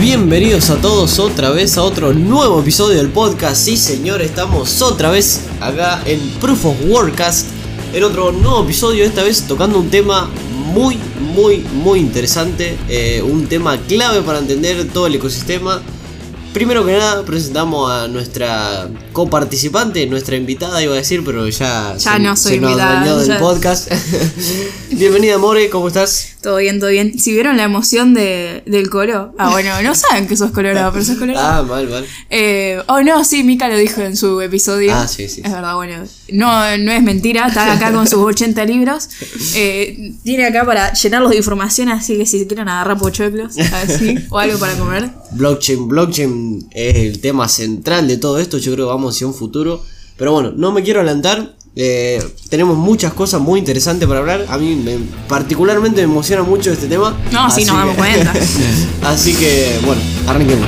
Bienvenidos a todos otra vez a otro nuevo episodio del podcast. Sí señor, estamos otra vez acá en Proof of Workcast, en otro nuevo episodio, esta vez tocando un tema muy interesante, un tema clave para entender todo el ecosistema. Primero que nada presentamos a nuestra coparticipante, nuestra invitada iba a decir, pero ya no soy se nos invitada adueñó del podcast. Bienvenida More, ¿cómo estás? Todo bien. Si vieron la emoción del coro. Bueno, no saben que sos colorado, pero sos colorado. Mal. No, sí, Mika lo dijo en su episodio. Sí. Es verdad, bueno. No es mentira, está acá con sus 80 libros. Tiene acá para llenarlos de información, así que si quieren agarrar pochoclos, así, o algo para comer. Blockchain es el tema central de todo esto, yo creo que vamos hacia un futuro. Pero bueno, no me quiero adelantar. Tenemos muchas cosas muy interesantes para hablar. A mí particularmente me emociona mucho este tema. No, sí, nos damos cuenta. Así que bueno, arranquemos.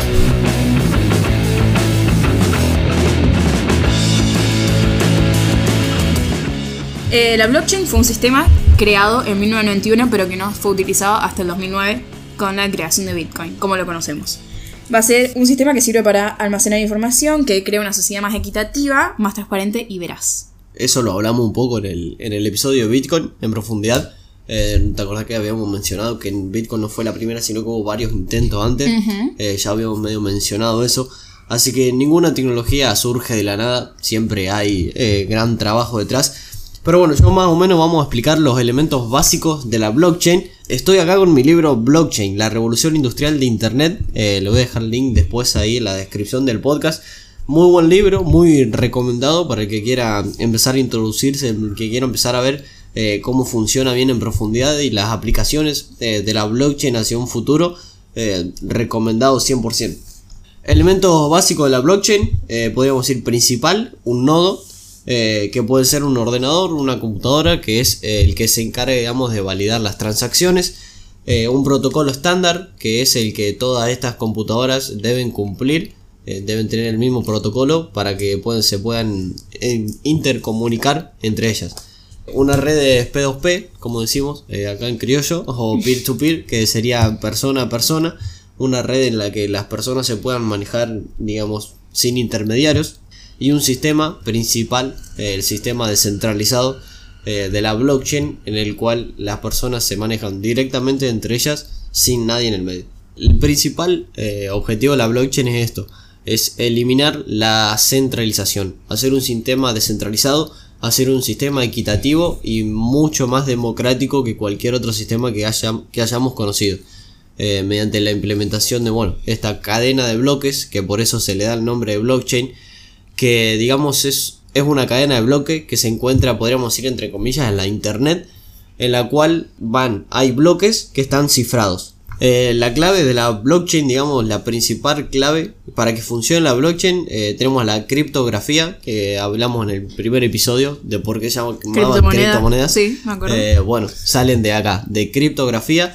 La blockchain fue un sistema creado en 1991, pero que no fue utilizado hasta el 2009 con la creación de Bitcoin, como lo conocemos. Va a ser un sistema que sirve para almacenar información, que crea una sociedad más equitativa, más transparente y veraz. Eso lo hablamos un poco en el episodio de Bitcoin en profundidad. ¿Te acordás que habíamos mencionado que en Bitcoin no fue la primera, sino que hubo varios intentos antes? Uh-huh. Ya habíamos medio mencionado eso. Así que ninguna tecnología surge de la nada, siempre hay gran trabajo detrás. Pero bueno, yo más o menos vamos a explicar los elementos básicos de la blockchain. Estoy acá con mi libro Blockchain, la revolución industrial de internet. Le voy a dejar el link después ahí en la descripción del podcast. Muy buen libro, muy recomendado para el que quiera empezar a introducirse, el que quiera empezar a ver cómo funciona bien en profundidad y las aplicaciones de la blockchain hacia un futuro. Recomendado 100%. Elementos básicos de la blockchain, podríamos decir principal, un nodo. Que puede ser un ordenador, una computadora, que es el que se encarga, digamos, de validar las transacciones. Un protocolo estándar, que es el que todas estas computadoras deben cumplir. Deben tener el mismo protocolo para que se puedan intercomunicar entre ellas. Una red de P2P, como decimos acá en criollo, o peer-to-peer, que sería persona a persona. Una red en la que las personas se puedan manejar, digamos, sin intermediarios. Y un sistema principal, el sistema descentralizado de la blockchain, en el cual las personas se manejan directamente entre ellas sin nadie en el medio. El principal objetivo de la blockchain es esto, es eliminar la centralización, hacer un sistema descentralizado, hacer un sistema equitativo y mucho más democrático que cualquier otro sistema que hayamos conocido. Mediante la implementación de esta cadena de bloques, que por eso se le da el nombre de blockchain, que digamos es una cadena de bloques que se encuentra, podríamos decir entre comillas, en la internet, en la cual hay bloques que están cifrados. La clave de la blockchain, digamos la principal clave para que funcione la blockchain, tenemos la criptografía, que hablamos en el primer episodio de por qué se llaman criptomonedas. Sí, me acuerdo. Salen de acá, de criptografía.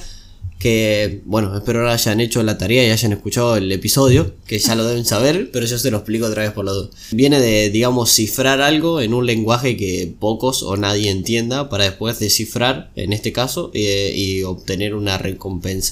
Que espero hayan hecho la tarea y hayan escuchado el episodio, que ya lo deben saber, pero yo se lo explico otra vez por la duda. Viene de, digamos, cifrar algo en un lenguaje que pocos o nadie entienda, para después descifrar, en este caso, y obtener una recompensa.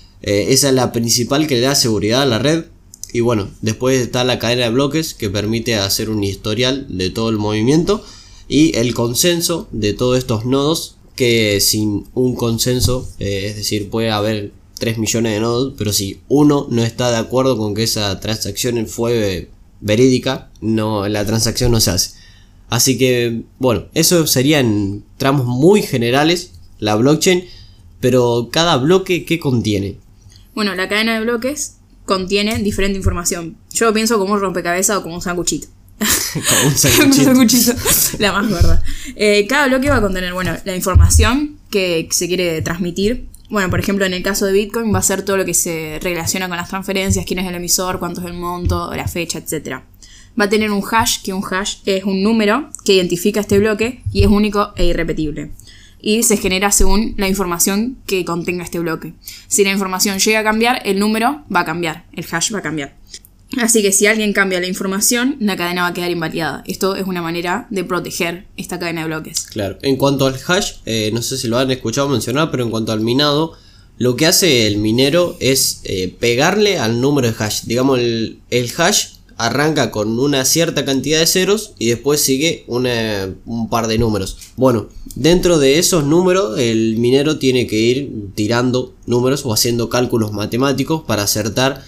Esa es la principal, que le da seguridad a la red. Y después está la cadena de bloques, que permite hacer un historial de todo el movimiento, y el consenso de todos estos nodos, que sin un consenso, es decir, puede haber 3 millones de nodos, pero si uno no está de acuerdo con que esa transacción fue verídica, la transacción no se hace. Así que, eso sería en tramos muy generales la blockchain, pero cada bloque, ¿qué contiene? La cadena de bloques contiene diferente información. Yo lo pienso como un rompecabezas o como un sanguchito. Como un sanguchito. La más gorda. Cada bloque va a contener la información que se quiere transmitir. Por ejemplo, en el caso de Bitcoin va a ser todo lo que se relaciona con las transferencias, quién es el emisor, cuánto es el monto, la fecha, etc. Va a tener un hash, que un hash es un número que identifica este bloque y es único e irrepetible. Y se genera según la información que contenga este bloque. Si la información llega a cambiar, el número va a cambiar, el hash va a cambiar. Así que si alguien cambia la información, la cadena va a quedar invalidada. Esto es una manera de proteger esta cadena de bloques. Claro. En cuanto al hash, no sé si lo han escuchado mencionar, pero en cuanto al minado, lo que hace el minero es pegarle al número de hash. Digamos, el hash arranca con una cierta cantidad de ceros y después sigue un par de números. Bueno, dentro de esos números el minero tiene que ir tirando números o haciendo cálculos matemáticos para acertar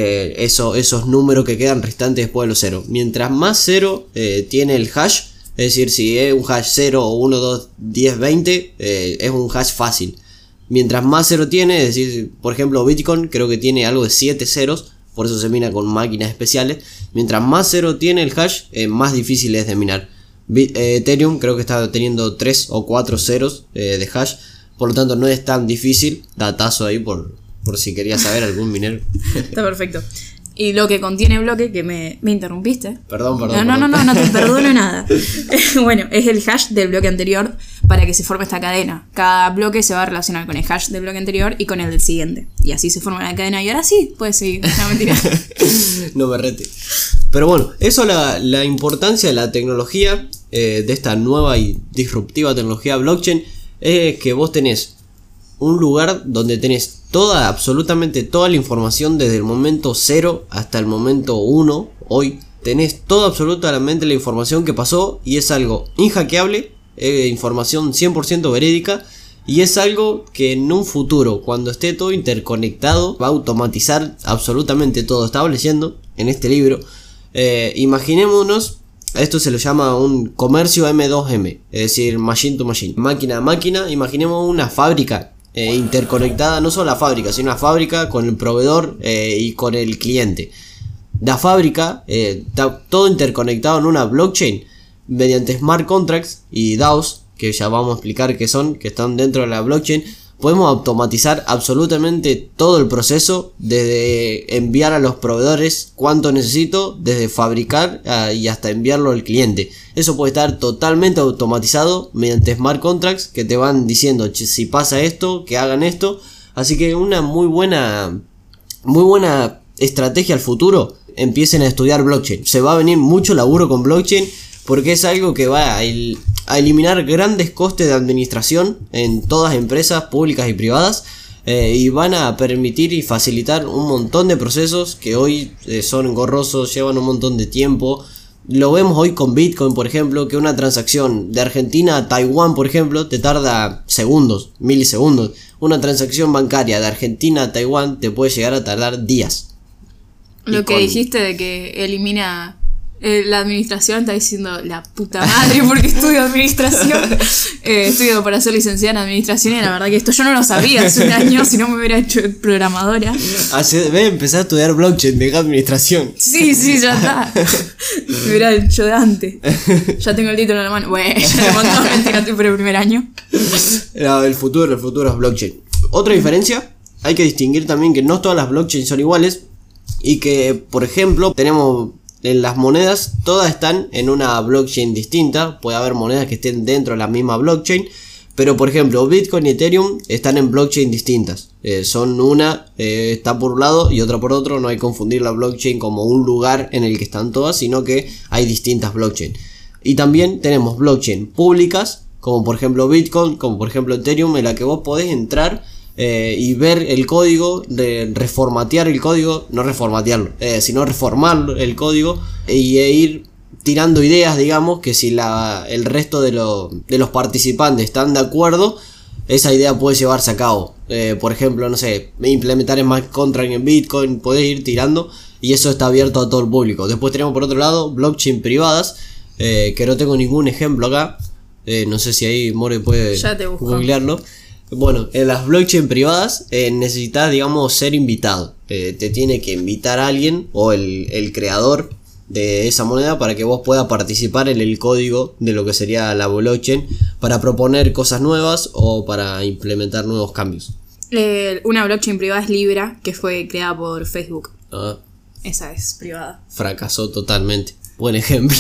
esos números que quedan restantes después de los ceros. Mientras más cero tiene el hash, es decir, si es un hash 0 o 1, 2, 10, 20, es un hash fácil. Mientras más cero tiene, es decir, por ejemplo Bitcoin creo que tiene algo de 7 ceros, por eso se mina con máquinas especiales. Mientras más cero tiene el hash, más difícil es de minar. Ethereum creo que está teniendo 3 o 4 ceros de hash, por lo tanto no es tan difícil. Datazo ahí por si quería saber algún minero. Está perfecto. Y lo que contiene bloque, que me interrumpiste. Perdón. No te perdono nada. Bueno, es el hash del bloque anterior para que se forme esta cadena. Cada bloque se va a relacionar con el hash del bloque anterior y con el del siguiente. Y así se forma la cadena y ahora sí, puedes seguir. No, mentira. No me rete. Pero bueno, eso la importancia de la tecnología, de esta nueva y disruptiva tecnología blockchain, es que vos tenés un lugar donde tenés absolutamente toda la información desde el momento 0 hasta el momento 1. Hoy tenés absolutamente la información que pasó y es algo inhackeable, información 100% verídica, y es algo que en un futuro, cuando esté todo interconectado, va a automatizar absolutamente todo. Estaba leyendo en este libro, imaginémonos, esto se lo llama un comercio M2M, es decir, machine to machine, máquina a máquina. Imaginemos una fábrica interconectada, no solo la fábrica, sino una fábrica con el proveedor y con el cliente. La fábrica está todo interconectado en una blockchain mediante smart contracts y DAOs, que ya vamos a explicar qué son, que están dentro de la blockchain. Podemos automatizar absolutamente todo el proceso, desde enviar a los proveedores cuánto necesito, desde fabricar y hasta enviarlo al cliente. Eso puede estar totalmente automatizado mediante smart contracts que te van diciendo si pasa esto, que hagan esto. Así que una muy buena estrategia al futuro. Empiecen a estudiar blockchain. Se va a venir mucho laburo con blockchain porque es algo que va a eliminar grandes costes de administración en todas las empresas públicas y privadas, y van a permitir y facilitar un montón de procesos que hoy son engorrosos, llevan un montón de tiempo. Lo vemos hoy con Bitcoin, por ejemplo, que una transacción de Argentina a Taiwán, por ejemplo, te tarda segundos, milisegundos. Una transacción bancaria de Argentina a Taiwán te puede llegar a tardar días. Lo que dijiste de que elimina la administración, está diciendo la puta madre porque estudio administración. Estudio para ser licenciada en administración y la verdad que esto yo no lo sabía hace un año, si no me hubiera hecho programadora. Empezar a estudiar blockchain, deja administración. Sí, ya está. Me hubiera hecho de antes. Ya tengo el título en la mano. Bueno, ya le montó, mentira, estoy por el primer año. No, el futuro es blockchain. Otra diferencia, hay que distinguir también que no todas las blockchains son iguales y que, por ejemplo, tenemos en las monedas, todas están en una blockchain distinta. Puede haber monedas que estén dentro de la misma blockchain, pero por ejemplo Bitcoin y Ethereum están en blockchain distintas. Son una está por un lado y otra por otro. No hay que confundir la blockchain como un lugar en el que están todas, sino que hay distintas blockchain. Y también tenemos blockchain públicas, como por ejemplo Bitcoin, como por ejemplo Ethereum, en la que vos podés entrar y ver el código, reformatear el código, no reformatearlo, sino reformar el código e ir tirando ideas, digamos, que si el resto de los participantes están de acuerdo, esa idea puede llevarse a cabo. Por ejemplo, no sé, implementar smart contract en Bitcoin, podés ir tirando y eso está abierto a todo el público. Después tenemos por otro lado blockchain privadas, que no tengo ningún ejemplo acá, no sé si ahí More puede googlearlo. Bueno, en las blockchain privadas necesitas, digamos, ser invitado. Te tiene que invitar a alguien o el creador de esa moneda para que vos puedas participar en el código de lo que sería la blockchain para proponer cosas nuevas o para implementar nuevos cambios. Una blockchain privada es Libra, que fue creada por Facebook. Ah, esa es privada. Fracasó totalmente. Buen ejemplo.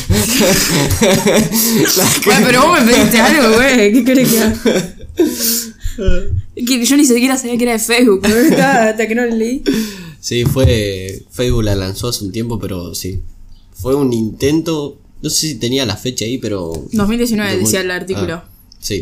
Bueno, pero vos me pediste algo, güey. ¿Qué querés que haga? Que yo ni siquiera sabía que era de Facebook, hasta que no lo leí. Sí, Facebook la lanzó hace un tiempo, pero sí. Fue un intento, no sé si tenía la fecha ahí, pero... 2019 decía el artículo. Sí.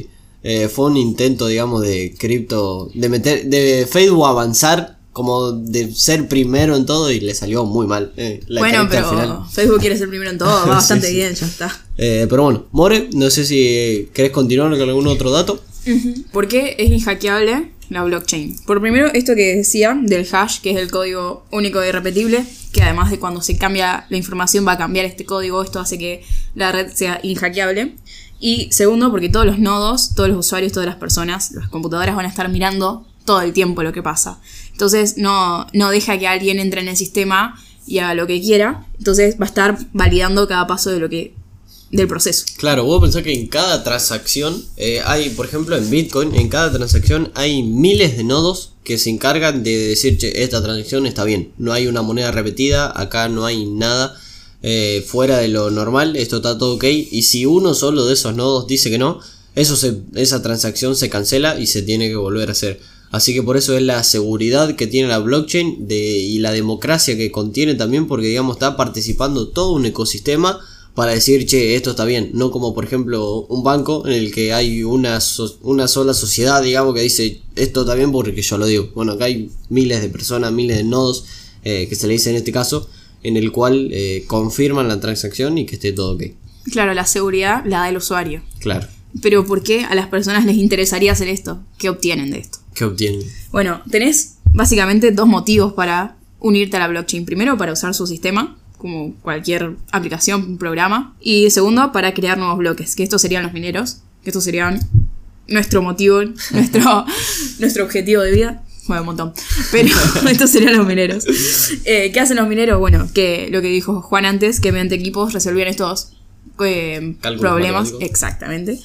Fue un intento, digamos, de cripto, de Facebook avanzar, como de ser primero en todo, y le salió muy mal. Bueno, pero al final. Facebook quiere ser primero en todo, va bastante bien, ya está. Pero bueno, More, no sé si querés continuar con algún otro dato. ¿Por qué es inhackeable la blockchain? Por primero, esto que decía del hash, que es el código único e irrepetible, que además de cuando se cambia la información va a cambiar este código, esto hace que la red sea inhackeable. Y segundo, porque todos los nodos, todos los usuarios, todas las personas, las computadoras van a estar mirando todo el tiempo lo que pasa. Entonces no deja que alguien entre en el sistema y haga lo que quiera. Entonces va a estar validando cada paso del proceso. Claro, vos pensás que en cada transacción hay, por ejemplo en Bitcoin, en cada transacción hay miles de nodos que se encargan de decir, che, esta transacción está bien, no hay una moneda repetida, acá no hay nada fuera de lo normal, esto está todo ok, y si uno solo de esos nodos dice que no, esa transacción se cancela y se tiene que volver a hacer. Así que por eso es la seguridad que tiene la blockchain y la democracia que contiene también, porque digamos está participando todo un ecosistema para decir, che, esto está bien, no como por ejemplo un banco en el que hay una sola sociedad, digamos, que dice, esto está bien porque yo lo digo. Bueno, acá hay miles de personas, miles de nodos, que se le dice en este caso, en el cual confirman la transacción y que esté todo ok. Claro, la seguridad la da el usuario. Claro. Pero ¿por qué a las personas les interesaría hacer esto? ¿Qué obtienen de esto? ¿Qué obtienen? Bueno, tenés básicamente dos motivos para unirte a la blockchain. Primero, para usar su sistema, como cualquier aplicación, programa. Y segundo, para crear nuevos bloques, que estos serían los mineros, que estos serían nuestro motivo, nuestro objetivo de vida. Bueno, un montón. Pero estos serían los mineros. ¿Qué hacen los mineros? Bueno, que lo que dijo Juan antes, que mediante equipos resolvían estos problemas. Exactamente.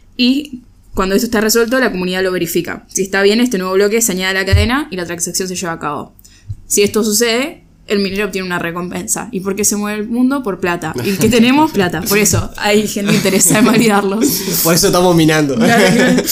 Y cuando esto está resuelto, la comunidad lo verifica. Si está bien, este nuevo bloque se añade a la cadena y la transacción se lleva a cabo. Si esto sucede, el minero obtiene una recompensa. ¿Y por qué se mueve el mundo? Por plata. ¿Y qué tenemos? Plata. Por eso hay gente interesada en validarlos. Por eso estamos minando. Claro.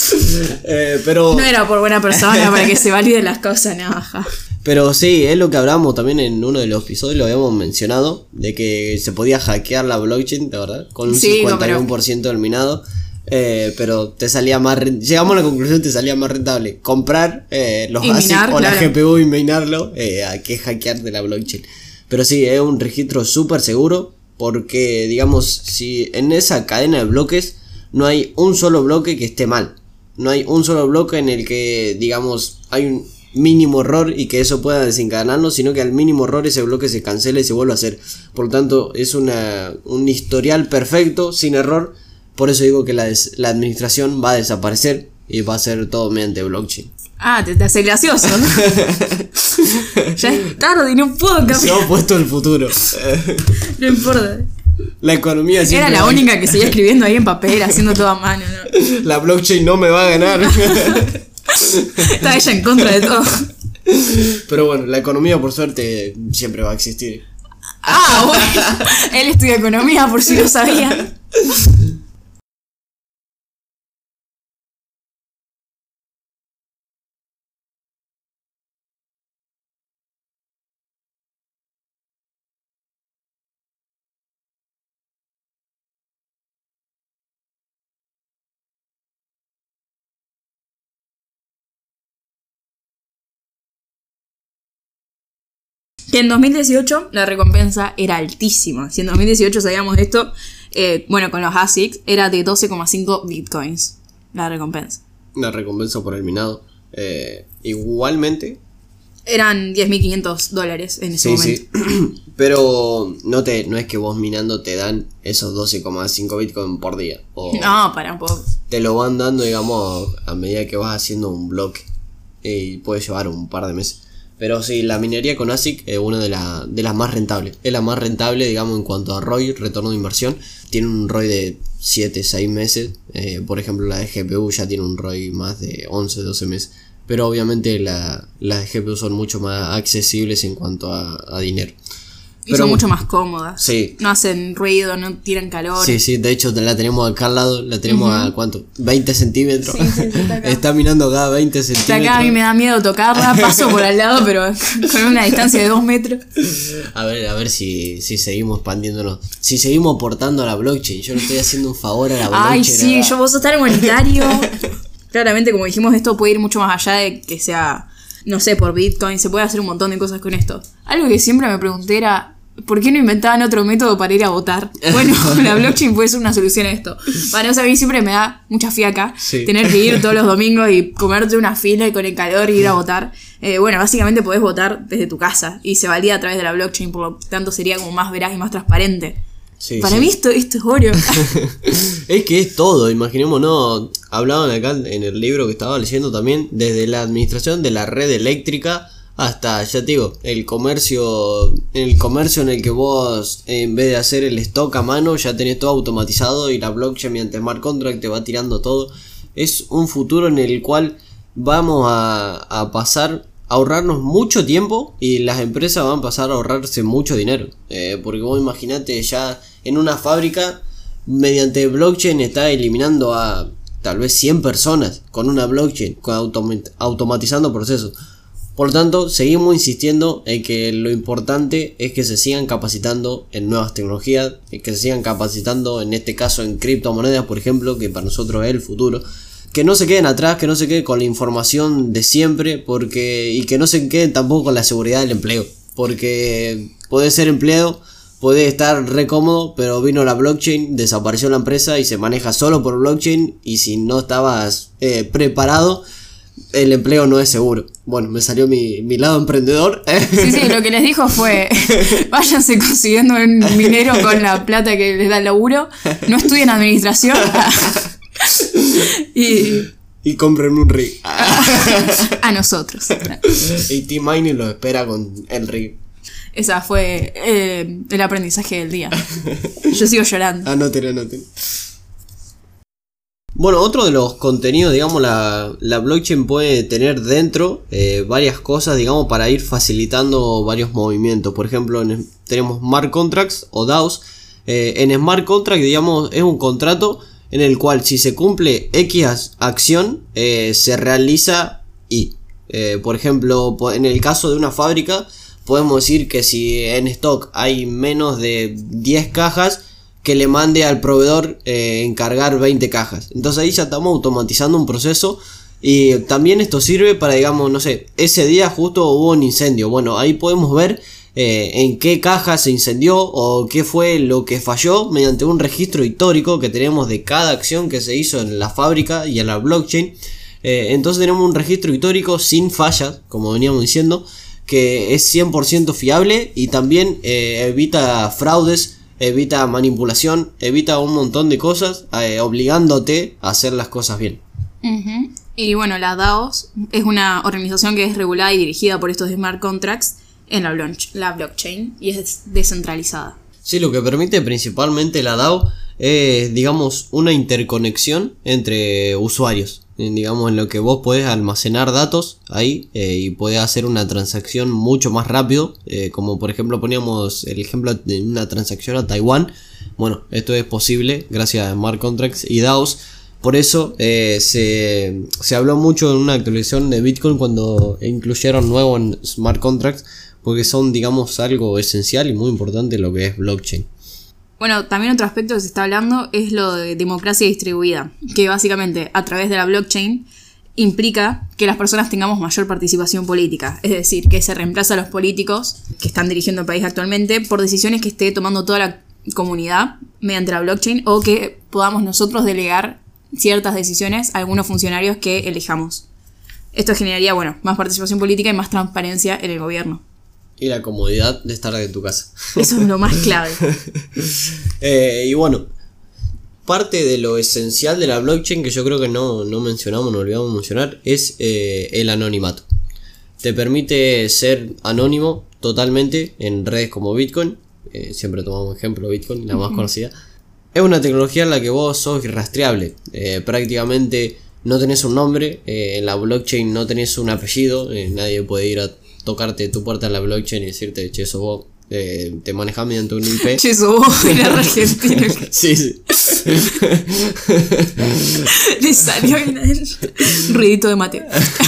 Pero no era por buena persona para que se validen las cosas, nada. Pero sí, es lo que hablamos también en uno de los episodios, lo habíamos mencionado, de que se podía hackear la blockchain, ¿de verdad? Con un 51% del minado. Pero te salía más llegamos a la conclusión, te salía más rentable comprar los ASIC o la GPU y minarlo a que hackear de la blockchain. Pero sí, es un registro súper seguro, porque digamos, si en esa cadena de bloques no hay un solo bloque que esté mal, no hay un solo bloque en el que digamos hay un mínimo error y que eso pueda desencadenarlo, sino que al mínimo error ese bloque se cancela y se vuelve a hacer. Por lo tanto es un historial perfecto, sin error. Por eso digo que la administración va a desaparecer y va a ser todo mediante blockchain. Ah, te hace gracioso. Ya es tarde y no puedo cambiar. Se ha puesto el futuro. No importa. La economía siempre era la única que seguía escribiendo ahí en papel, haciendo todo a mano, ¿no? La blockchain no me va a ganar. Está ella en contra de todo. Pero bueno, la economía por suerte siempre va a existir. Ah, bueno. Él estudia economía por si lo sabía. Que en 2018 la recompensa era altísima. Si en 2018 sabíamos esto, bueno, con los ASICs era de 12,5 bitcoins la recompensa. La recompensa por el minado. Igualmente eran $10.500 en ese momento. Sí. Pero no es que vos minando te dan esos 12,5 bitcoins por día. No, para un poco. Te lo van dando, digamos, a medida que vas haciendo un bloque. Y puede llevar un par de meses. Pero sí, la minería con ASIC es una de las más rentables. Es la más rentable, digamos, en cuanto a ROI, retorno de inversión. Tiene un ROI de 7, 6 meses. Por ejemplo, la de GPU ya tiene un ROI más de 11, 12 meses. Pero obviamente las de GPU son mucho más accesibles en cuanto a dinero. Y son mucho más cómodas. Sí. No hacen ruido, no tiran calor. Sí, de hecho la tenemos acá al lado, la tenemos a ¿cuánto? 20 centímetros. Sí, está acá. Está mirando acá a 20 Está centímetros. acá, a mí me da miedo tocarla, paso por al lado, pero con una distancia de 2 metros. A ver si seguimos expandiéndonos. Si seguimos aportando a la blockchain. Yo le estoy haciendo un favor a la blockchain. Ay, sí, yo vos sos tan humanitario. Claramente, como dijimos, esto puede ir mucho más allá de que sea, no sé, por Bitcoin. Se puede hacer un montón de cosas con esto. Algo que siempre me pregunté era, ¿por qué no inventaban otro método para ir a votar? Bueno, la blockchain puede ser una solución a esto. Bueno, o sea, a mí siempre me da mucha fiaca tener que ir todos los domingos y comerte una fila y con el calor y ir a votar. Bueno, básicamente podés votar desde tu casa y se valida a través de la blockchain, por lo tanto sería como más veraz y más transparente. Sí, para mí esto es oro. Es que es todo, imaginémonos, hablaban acá en el libro que estaba leyendo también, desde la administración de la red eléctrica hasta, ya te digo, el comercio en el que vos, en vez de hacer el stock a mano, ya tenés todo automatizado y la blockchain mediante smart contract te va tirando todo. Es un futuro en el cual vamos a pasar a ahorrarnos mucho tiempo y las empresas van a pasar a ahorrarse mucho dinero. Porque vos imaginate ya en una fábrica, mediante blockchain está eliminando a tal vez 100 personas con una blockchain, automatizando procesos. Por lo tanto, seguimos insistiendo en que lo importante es que se sigan capacitando en nuevas tecnologías, que se sigan capacitando en este caso en criptomonedas, por ejemplo, que para nosotros es el futuro. Que no se queden atrás, que no se queden con la información de siempre, y que no se queden tampoco con la seguridad del empleo. Porque podés ser empleado, podés estar re cómodo, pero vino la blockchain, desapareció la empresa y se maneja solo por blockchain, y si no estabas preparado, el empleo no es seguro. Bueno, me salió mi lado emprendedor. Sí, lo que les dijo fue, váyanse consiguiendo un minero con la plata que les da el laburo, no estudien administración y compren un rig. A nosotros. Y T-Mining lo espera con el rig. Esa fue el aprendizaje del día. Yo sigo llorando. Anoten. Bueno, otro de los contenidos, digamos, la blockchain puede tener dentro varias cosas, digamos, para ir facilitando varios movimientos. Por ejemplo, tenemos smart contracts o DAOs. En smart contract, digamos, es un contrato en el cual si se cumple X acción, se realiza Y. Por ejemplo, en el caso de una fábrica, podemos decir que si en stock hay menos de 10 cajas, que le mande al proveedor encargar 20 cajas. Entonces ahí ya estamos automatizando un proceso. Y también esto sirve para, digamos, no sé, ese día justo hubo un incendio. Bueno, ahí podemos ver en qué caja se incendió o qué fue lo que falló mediante un registro histórico que tenemos de cada acción que se hizo en la fábrica y en la blockchain. Entonces tenemos un registro histórico sin fallas, como veníamos diciendo, que es 100% fiable y también evita fraudes, evita manipulación, evita un montón de cosas, obligándote a hacer las cosas bien. Uh-huh. Y bueno, la DAOs es una organización que es regulada y dirigida por estos smart contracts en la blockchain y es descentralizada. Sí, lo que permite principalmente la DAO es, digamos, una interconexión entre usuarios. Digamos, en lo que vos podés almacenar datos ahí y podés hacer una transacción mucho más rápido. Como por ejemplo poníamos el ejemplo de una transacción a Taiwán. Bueno, esto es posible gracias a smart contracts y DAOs. Por eso se habló mucho en una actualización de Bitcoin cuando incluyeron nuevos smart contracts, porque son, digamos, algo esencial y muy importante en lo que es blockchain. Bueno, también otro aspecto que se está hablando es lo de democracia distribuida, que básicamente a través de la blockchain implica que las personas tengamos mayor participación política, es decir, que se reemplaza a los políticos que están dirigiendo el país actualmente por decisiones que esté tomando toda la comunidad mediante la blockchain, o que podamos nosotros delegar ciertas decisiones a algunos funcionarios que elijamos. Esto generaría, bueno, más participación política y más transparencia en el gobierno. Y la comodidad de estar en tu casa. Eso es lo más clave. Y bueno, parte de lo esencial de la blockchain que yo creo que no mencionamos, no olvidamos mencionar, es el anonimato. Te permite ser anónimo totalmente en redes como Bitcoin. Siempre tomamos ejemplo Bitcoin, la más conocida. Es una tecnología en la que vos sos irrastreable. Prácticamente no tenés un nombre. En la blockchain no tenés un apellido. Nadie puede ir a tocarte tu puerta en la blockchain y decirte, che, sos vos. te manejas mediante un IP. Che, sos vos, era argentino. Sí. Le salió bien a él. Ruidito de mate.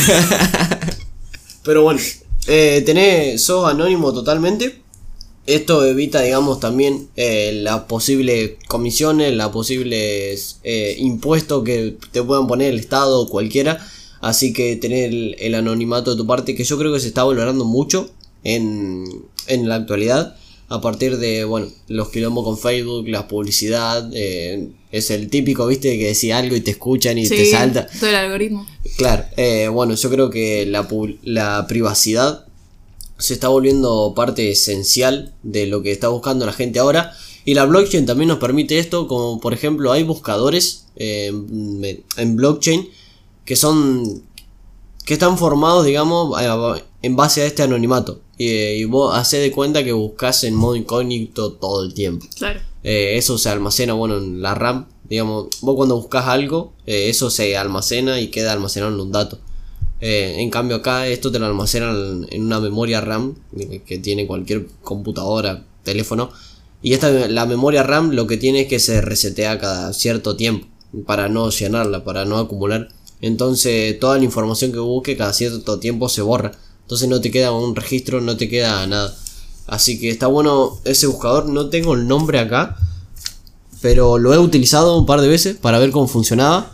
Pero bueno, sos anónimo totalmente. Esto evita, digamos, también las posibles comisiones, las posibles impuestos que te puedan poner el Estado o cualquiera. Así que tener el anonimato de tu parte, que yo creo que se está valorando mucho en la actualidad. A partir de, bueno, los quilombos con Facebook, la publicidad, es el típico, viste, que decís algo y te escuchan y te salta. Todo el algoritmo. Claro, bueno, yo creo que la privacidad se está volviendo parte esencial de lo que está buscando la gente ahora. Y la blockchain también nos permite esto, como por ejemplo hay buscadores en blockchain que están formados, digamos, en base a este anonimato. Y vos hacés de cuenta que buscas en modo incógnito todo el tiempo. Claro. Eso se almacena, bueno, en la RAM. Digamos, vos cuando buscas algo, eso se almacena y queda almacenado en un dato. En cambio acá esto te lo almacenan en una memoria RAM que tiene cualquier computadora, teléfono. Y la memoria RAM lo que tiene es que se resetea cada cierto tiempo para no llenarla, para no acumular. Entonces toda la información que busque cada cierto tiempo se borra. Entonces no te queda un registro, no te queda nada. Así que está bueno ese buscador. No tengo el nombre acá, pero lo he utilizado un par de veces para ver cómo funcionaba.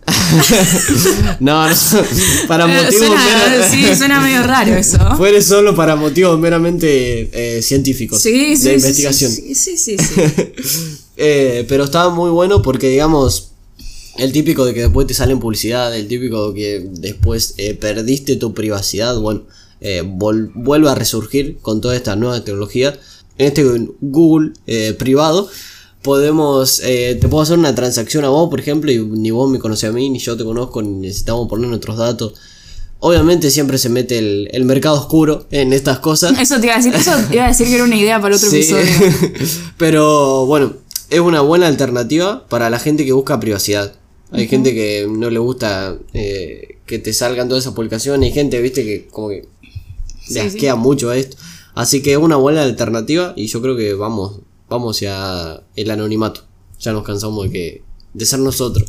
no, para motivos suena medio raro eso. Fue solo para motivos meramente científicos de investigación. Sí. Pero estaba muy bueno porque, digamos, el típico de que después te sale en publicidad, el típico de que después perdiste tu privacidad, bueno, vuelve a resurgir con toda esta nueva tecnología. En este Google privado podemos, te puedo hacer una transacción a vos, por ejemplo, y ni vos me conocés a mí, ni yo te conozco, ni necesitamos poner nuestros datos. Obviamente siempre se mete el mercado oscuro en estas cosas. Eso te iba a decir que era una idea para otro episodio. Pero bueno, es una buena alternativa para la gente que busca privacidad. Hay gente que no le gusta que te salgan todas esas publicaciones. Hay gente, viste, que como que le asquea mucho a esto. Así que es una buena alternativa y yo creo que vamos hacia el anonimato. Ya nos cansamos de ser nosotros.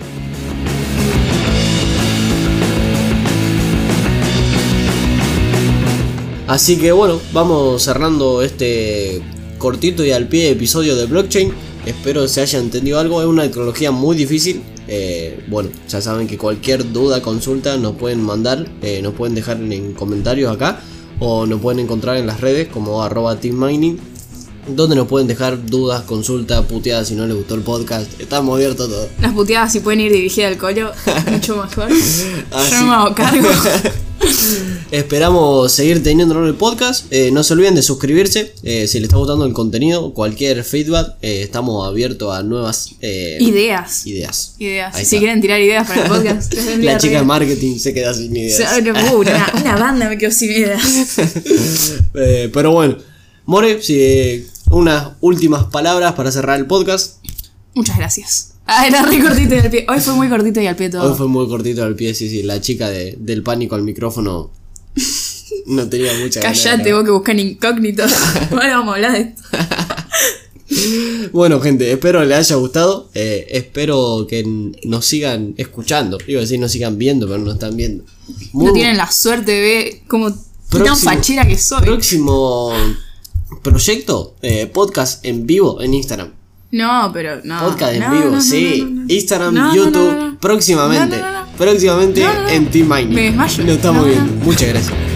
Así que bueno, vamos cerrando este cortito y al pie episodio de blockchain. Espero se haya entendido algo. Es una tecnología muy difícil. Bueno, ya saben que cualquier duda, consulta nos pueden mandar, nos pueden dejar en comentarios acá, o nos pueden encontrar en las redes como @teammining, donde nos pueden dejar dudas, consultas, puteadas si no les gustó el podcast. Estamos abiertos a todo. Las puteadas si pueden ir dirigidas al colo, mucho mejor. Yo no me hago cargo. Esperamos seguir teniéndolo en el podcast. No se olviden de suscribirse. Si les está gustando el contenido, cualquier feedback, estamos abiertos a nuevas ideas. Si quieren tirar ideas para el podcast. La chica de marketing se queda sin ideas. Una banda me quedó sin ideas. Pero bueno, More, unas últimas palabras para cerrar el podcast. Muchas gracias. Era re cortito y al pie. Hoy fue muy cortito y al pie todo. Hoy fue muy cortito al pie, sí. La chica del pánico al micrófono no tenía mucha ganas. Callate vos que buscan incógnito. Bueno, vamos a hablar de esto. Bueno, gente, espero les haya gustado. Espero que nos sigan escuchando. Iba a decir nos sigan viendo, pero no están viendo. No tienen la suerte de ver como tan fachera que soy. Próximo proyecto, podcast en vivo en Instagram. No, pero no. Podcast en vivo, sí. No. Instagram, YouTube, próximamente. No. Próximamente en Team Mining. Me desmayo. Nos estamos viendo. Muchas gracias.